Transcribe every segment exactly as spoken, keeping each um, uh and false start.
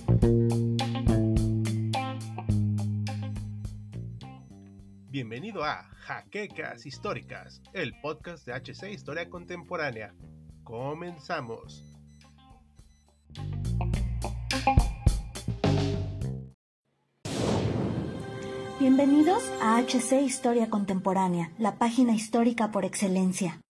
Bienvenido a Jaquecas Históricas, el podcast de H C Historia Contemporánea. Comenzamos. Bienvenidos a H C Historia Contemporánea, la página histórica por excelencia.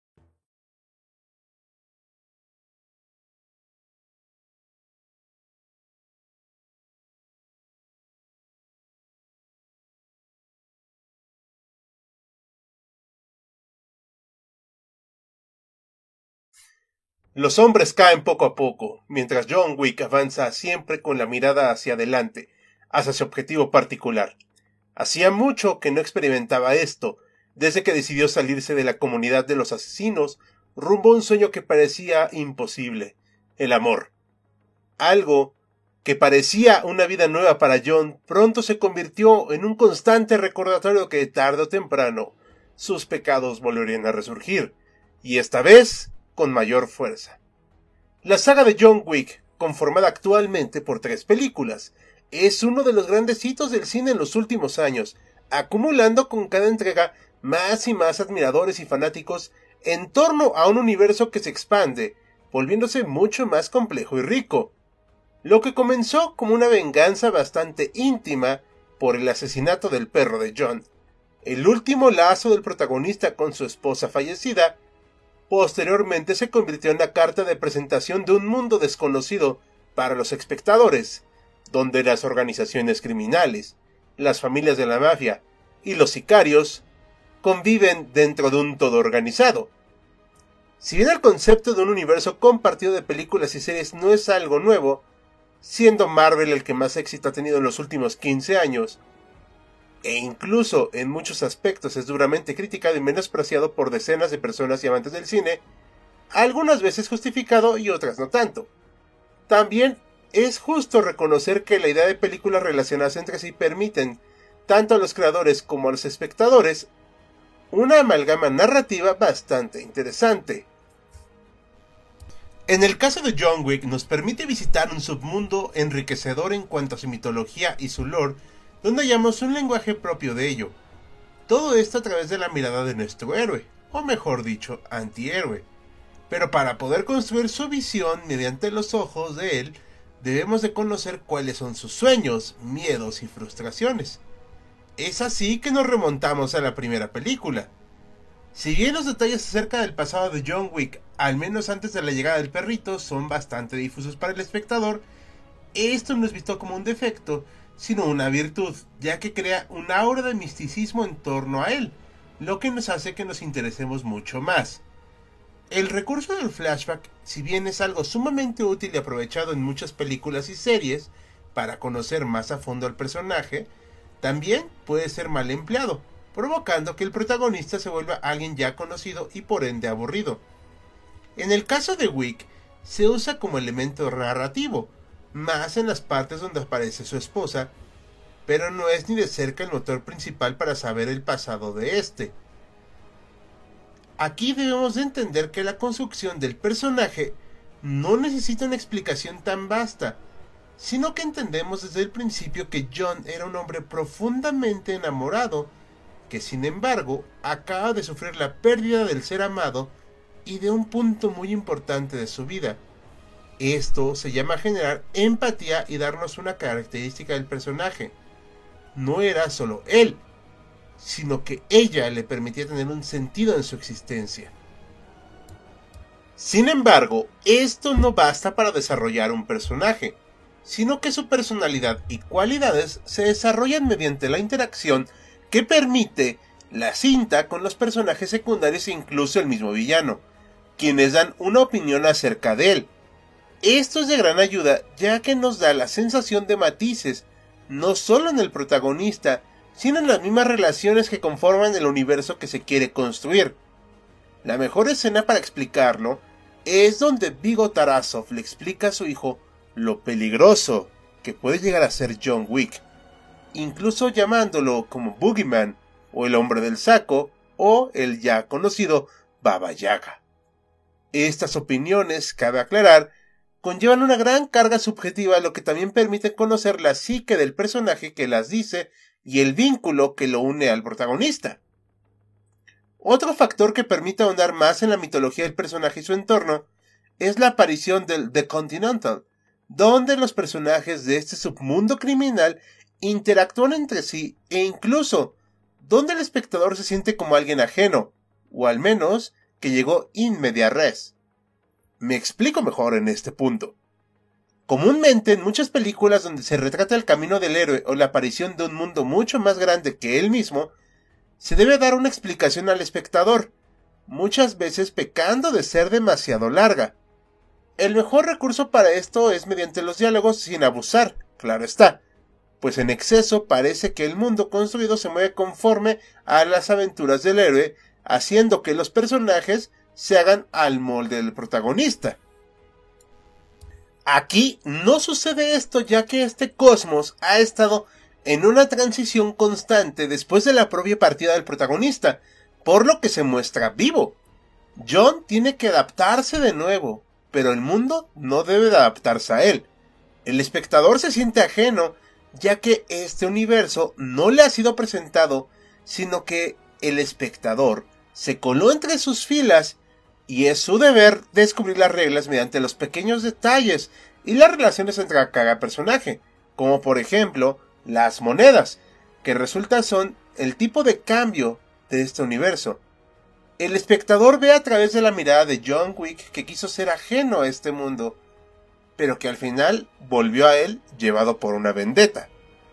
Los hombres caen poco a poco, mientras John Wick avanza siempre con la mirada hacia adelante, hacia su objetivo particular. Hacía mucho que no experimentaba esto, desde que decidió salirse de la comunidad de los asesinos, rumbo a un sueño que parecía imposible, el amor. Algo que parecía una vida nueva para John, pronto se convirtió en un constante recordatorio que tarde o temprano sus pecados volverían a resurgir, y esta vez con mayor fuerza. La saga de John Wick, conformada actualmente por tres películas, es uno de los grandes hitos del cine en los últimos años, acumulando con cada entrega más y más admiradores y fanáticos en torno a un universo que se expande, volviéndose mucho más complejo y rico. Lo que comenzó como una venganza bastante íntima por el asesinato del perro de John, el último lazo del protagonista con su esposa fallecida, posteriormente se convirtió en la carta de presentación de un mundo desconocido para los espectadores, donde las organizaciones criminales, las familias de la mafia y los sicarios conviven dentro de un todo organizado. Si bien el concepto de un universo compartido de películas y series no es algo nuevo, siendo Marvel el que más éxito ha tenido en los últimos quince años, e incluso en muchos aspectos es duramente criticado y menospreciado por decenas de personas y amantes del cine, algunas veces justificado y otras no tanto. También es justo reconocer que la idea de películas relacionadas entre sí permiten, tanto a los creadores como a los espectadores, una amalgama narrativa bastante interesante. En el caso de John Wick nos permite visitar un submundo enriquecedor en cuanto a su mitología y su lore, donde hallamos un lenguaje propio de ello. Todo esto a través de la mirada de nuestro héroe, o mejor dicho, antihéroe. Pero para poder construir su visión mediante los ojos de él, debemos de conocer cuáles son sus sueños, miedos y frustraciones. Es así que nos remontamos a la primera película. Si bien los detalles acerca del pasado de John Wick, al menos antes de la llegada del perrito, son bastante difusos para el espectador, esto no es visto como un defecto, sino una virtud, ya que crea un aura de misticismo en torno a él, lo que nos hace que nos interesemos mucho más. El recurso del flashback, si bien es algo sumamente útil y aprovechado en muchas películas y series para conocer más a fondo al personaje, también puede ser mal empleado, provocando que el protagonista se vuelva alguien ya conocido y por ende aburrido. En el caso de Wick, se usa como elemento narrativo, más en las partes donde aparece su esposa, pero no es ni de cerca el motor principal para saber el pasado de este. Aquí debemos de entender que la construcción del personaje no necesita una explicación tan vasta, sino que entendemos desde el principio que John era un hombre profundamente enamorado, que sin embargo acaba de sufrir la pérdida del ser amado y de un punto muy importante de su vida. Esto se llama generar empatía y darnos una característica del personaje. No era solo él, sino que ella le permitía tener un sentido en su existencia. Sin embargo, esto no basta para desarrollar un personaje, sino que su personalidad y cualidades se desarrollan mediante la interacción que permite la cinta con los personajes secundarios e incluso el mismo villano, quienes dan una opinión acerca de él. Esto es de gran ayuda, ya que nos da la sensación de matices, no solo en el protagonista, sino en las mismas relaciones que conforman el universo que se quiere construir. La mejor escena para explicarlo es donde Viggo Tarasov le explica a su hijo lo peligroso que puede llegar a ser John Wick, incluso llamándolo como Boogeyman, o el hombre del saco, o el ya conocido Baba Yaga. Estas opiniones, cabe aclarar, conllevan una gran carga subjetiva, lo que también permite conocer la psique del personaje que las dice y el vínculo que lo une al protagonista. Otro factor que permite ahondar más en la mitología del personaje y su entorno es la aparición del The Continental, donde los personajes de este submundo criminal interactúan entre sí e incluso donde el espectador se siente como alguien ajeno, o al menos que llegó in media res. Me explico mejor en este punto. Comúnmente en muchas películas donde se retrata el camino del héroe o la aparición de un mundo mucho más grande que él mismo, se debe dar una explicación al espectador, muchas veces pecando de ser demasiado larga. El mejor recurso para esto es mediante los diálogos sin abusar, claro está, pues en exceso parece que el mundo construido se mueve conforme a las aventuras del héroe, haciendo que los personajes se hagan al molde del protagonista. Aquí no sucede esto, ya que este cosmos ha estado en una transición constante después de la propia partida del protagonista, por lo que se muestra vivo. John tiene que adaptarse de nuevo, pero el mundo no debe de adaptarse a él. El espectador se siente ajeno, ya que este universo no le ha sido presentado, sino que el espectador se coló entre sus filas y es su deber descubrir las reglas mediante los pequeños detalles y las relaciones entre cada personaje, como por ejemplo las monedas, que resulta son el tipo de cambio de este universo. El espectador ve a través de la mirada de John Wick que quiso ser ajeno a este mundo, pero que al final volvió a él llevado por una vendetta.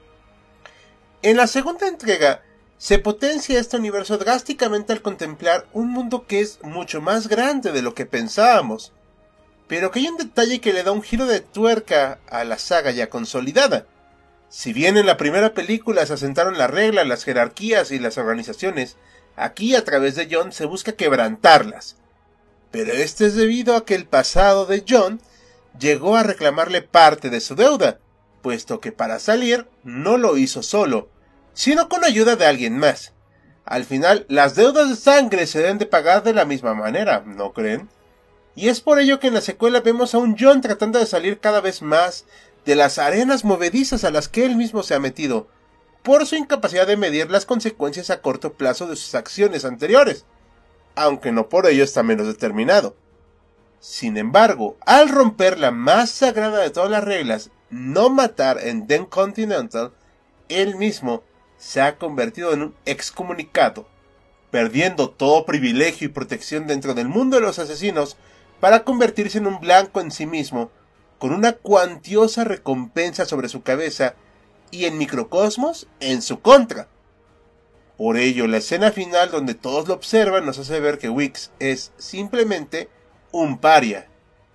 En la segunda entrega, se potencia este universo drásticamente al contemplar un mundo que es mucho más grande de lo que pensábamos, pero que hay un detalle que le da un giro de tuerca a la saga ya consolidada. Si bien en la primera película se asentaron las reglas, las jerarquías y las organizaciones, aquí a través de John se busca quebrantarlas. Pero esto es debido a que el pasado de John llegó a reclamarle parte de su deuda, puesto que para salir no lo hizo solo, sino con ayuda de alguien más. Al final, las deudas de sangre se deben de pagar de la misma manera, ¿no creen? Y es por ello que en la secuela vemos a un John tratando de salir cada vez más de las arenas movedizas a las que él mismo se ha metido, por su incapacidad de medir las consecuencias a corto plazo de sus acciones anteriores, aunque no por ello está menos determinado. Sin embargo, al romper la más sagrada de todas las reglas, no matar en The Continental, él mismo se ha convertido en un excomunicado, perdiendo todo privilegio y protección dentro del mundo de los asesinos para convertirse en un blanco en sí mismo, con una cuantiosa recompensa sobre su cabeza y el microcosmos en su contra. Por ello, la escena final donde todos lo observan nos hace ver que Wicks es simplemente un paria.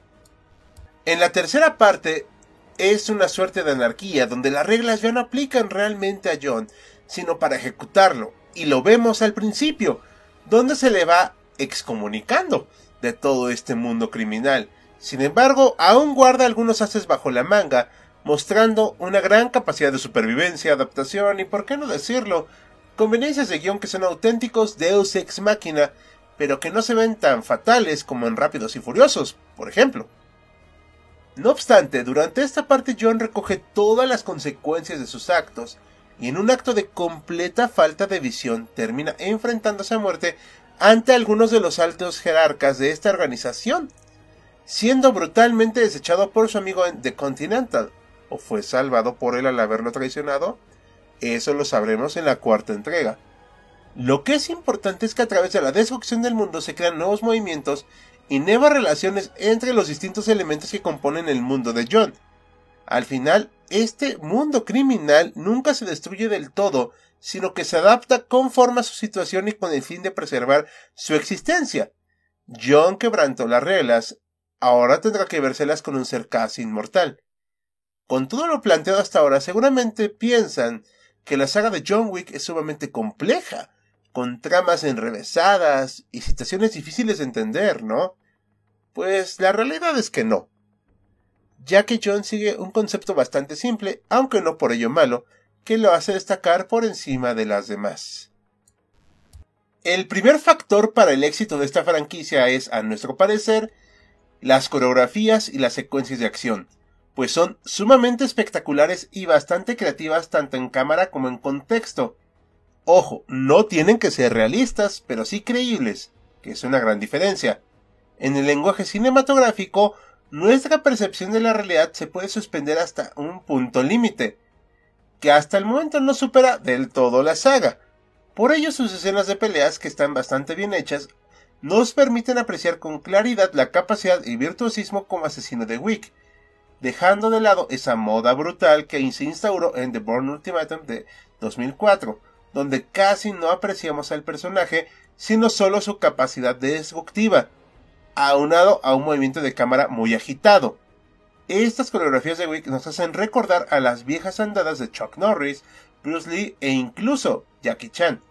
En la tercera parte es una suerte de anarquía donde las reglas ya no aplican realmente a John, sino para ejecutarlo, y lo vemos al principio, donde se le va excomunicando de todo este mundo criminal. Sin embargo, aún guarda algunos ases bajo la manga, mostrando una gran capacidad de supervivencia, adaptación y, por qué no decirlo, conveniencias de guión que son auténticos Deus Ex Machina, pero que no se ven tan fatales como en Rápidos y Furiosos, por ejemplo. No obstante, durante esta parte John recoge todas las consecuencias de sus actos, y en un acto de completa falta de visión termina enfrentándose a muerte ante algunos de los altos jerarcas de esta organización, siendo brutalmente desechado por su amigo en The Continental, o fue salvado por él al haberlo traicionado. Eso lo sabremos en la cuarta entrega. Lo que es importante es que a través de la destrucción del mundo se crean nuevos movimientos y nuevas relaciones entre los distintos elementos que componen el mundo de John. Al final, este mundo criminal nunca se destruye del todo, sino que se adapta conforme a su situación y con el fin de preservar su existencia. John quebrantó las reglas, ahora tendrá que vérselas con un ser casi inmortal. Con todo lo planteado hasta ahora, seguramente piensan que la saga de John Wick es sumamente compleja, con tramas enrevesadas y situaciones difíciles de entender, ¿no? Pues la realidad es que no, ya que John sigue un concepto bastante simple, aunque no por ello malo, que lo hace destacar por encima de las demás. El primer factor para el éxito de esta franquicia es, a nuestro parecer, las coreografías y las secuencias de acción, pues son sumamente espectaculares y bastante creativas tanto en cámara como en contexto. Ojo, no tienen que ser realistas, pero sí creíbles, que es una gran diferencia. En el lenguaje cinematográfico, nuestra percepción de la realidad se puede suspender hasta un punto límite, que hasta el momento no supera del todo la saga. Por ello sus escenas de peleas, que están bastante bien hechas, nos permiten apreciar con claridad la capacidad y virtuosismo como asesino de Wick, dejando de lado esa moda brutal que se instauró en The Bourne Ultimatum de dos mil cuatro, donde casi no apreciamos al personaje, sino solo su capacidad destructiva, aunado a un movimiento de cámara muy agitado. Estas coreografías de Wick nos hacen recordar a las viejas andadas de Chuck Norris, Bruce Lee e incluso Jackie Chan.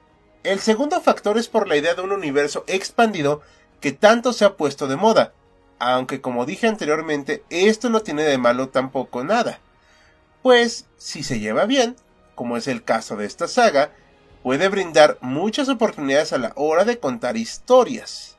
El segundo factor es por la idea de un universo expandido que tanto se ha puesto de moda, aunque como dije anteriormente, esto no tiene de malo tampoco nada, pues si se lleva bien, como es el caso de esta saga, puede brindar muchas oportunidades a la hora de contar historias.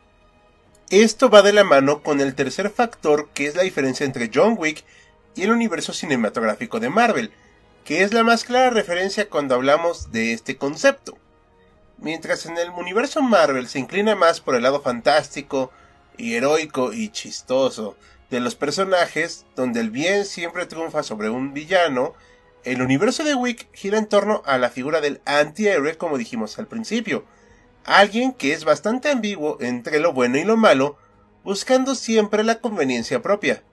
Esto va de la mano con el tercer factor, que es la diferencia entre John Wick y el universo cinematográfico de Marvel, que es la más clara referencia cuando hablamos de este concepto. Mientras en el universo Marvel se inclina más por el lado fantástico y heroico y chistoso de los personajes, donde el bien siempre triunfa sobre un villano, el universo de Wick gira en torno a la figura del antihéroe, como dijimos al principio, alguien que es bastante ambiguo entre lo bueno y lo malo, buscando siempre la conveniencia propia.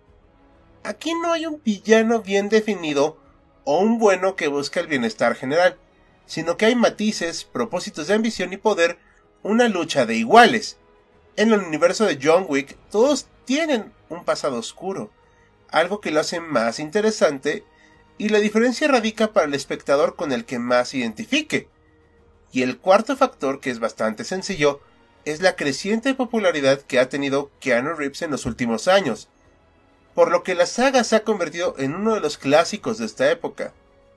Aquí no hay un villano bien definido o un bueno que busca el bienestar general, sino que hay matices, propósitos de ambición y poder, una lucha de iguales. En el universo de John Wick, todos tienen un pasado oscuro, algo que lo hace más interesante, y la diferencia radica para el espectador con el que más se identifique. Y el cuarto factor, que es bastante sencillo, es la creciente popularidad que ha tenido Keanu Reeves en los últimos años, por lo que la saga se ha convertido en uno de los clásicos de esta época.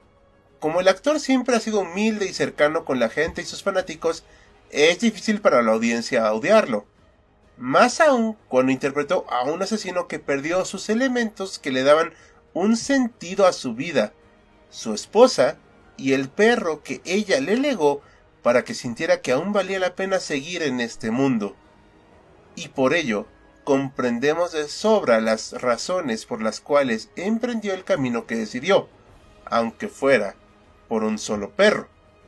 Como el actor siempre ha sido humilde y cercano con la gente y sus fanáticos, es difícil para la audiencia odiarlo. Más aún cuando interpretó a un asesino que perdió sus elementos que le daban un sentido a su vida, su esposa y el perro que ella le legó para que sintiera que aún valía la pena seguir en este mundo. Y por ello, comprendemos de sobra las razones por las cuales emprendió el camino que decidió, aunque fuera por un solo perro.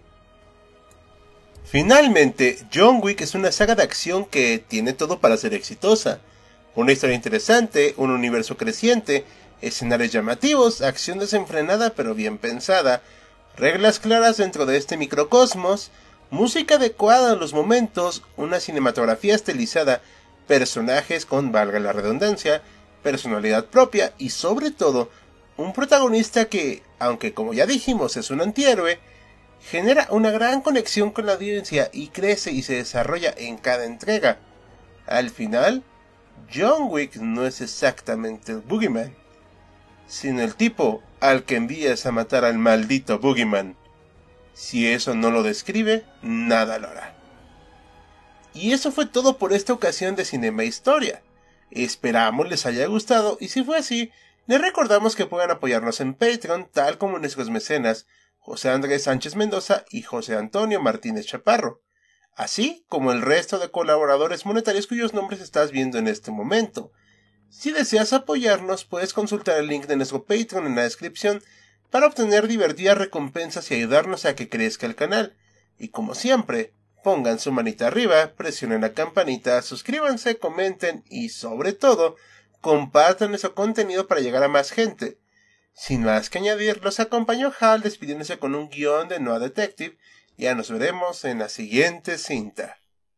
Finalmente, John Wick es una saga de acción que tiene todo para ser exitosa. Una historia interesante, un universo creciente, escenarios llamativos, acción desenfrenada pero bien pensada, reglas claras dentro de este microcosmos, música adecuada a los momentos, una cinematografía estilizada, personajes con, valga la redundancia, personalidad propia y sobre todo, un protagonista que, aunque como ya dijimos es un antihéroe, genera una gran conexión con la audiencia y crece y se desarrolla en cada entrega. Al final, John Wick no es exactamente el Boogeyman, sino el tipo al que envías a matar al maldito Boogeyman. Si eso no lo describe, nada lo hará. Y eso fue todo por esta ocasión de Cinema Historia. Esperamos les haya gustado y si fue así, les recordamos que puedan apoyarnos en Patreon, tal como nuestros mecenas José Andrés Sánchez Mendoza y José Antonio Martínez Chaparro, así como el resto de colaboradores monetarios cuyos nombres estás viendo en este momento. Si deseas apoyarnos, puedes consultar el link de nuestro Patreon en la descripción para obtener divertidas recompensas y ayudarnos a que crezca el canal. Y como siempre, pongan su manita arriba, presionen la campanita, suscríbanse, comenten y sobre todo, compartan nuestro contenido para llegar a más gente. Sin más que añadir, los acompañó Hal despidiéndose con un guión de Noah Detective. Ya nos veremos en la siguiente cinta.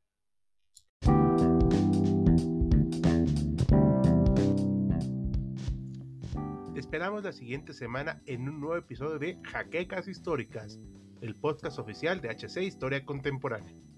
Esperamos la siguiente semana en un nuevo episodio de Jaquecas Históricas, el podcast oficial de H C Historia Contemporánea.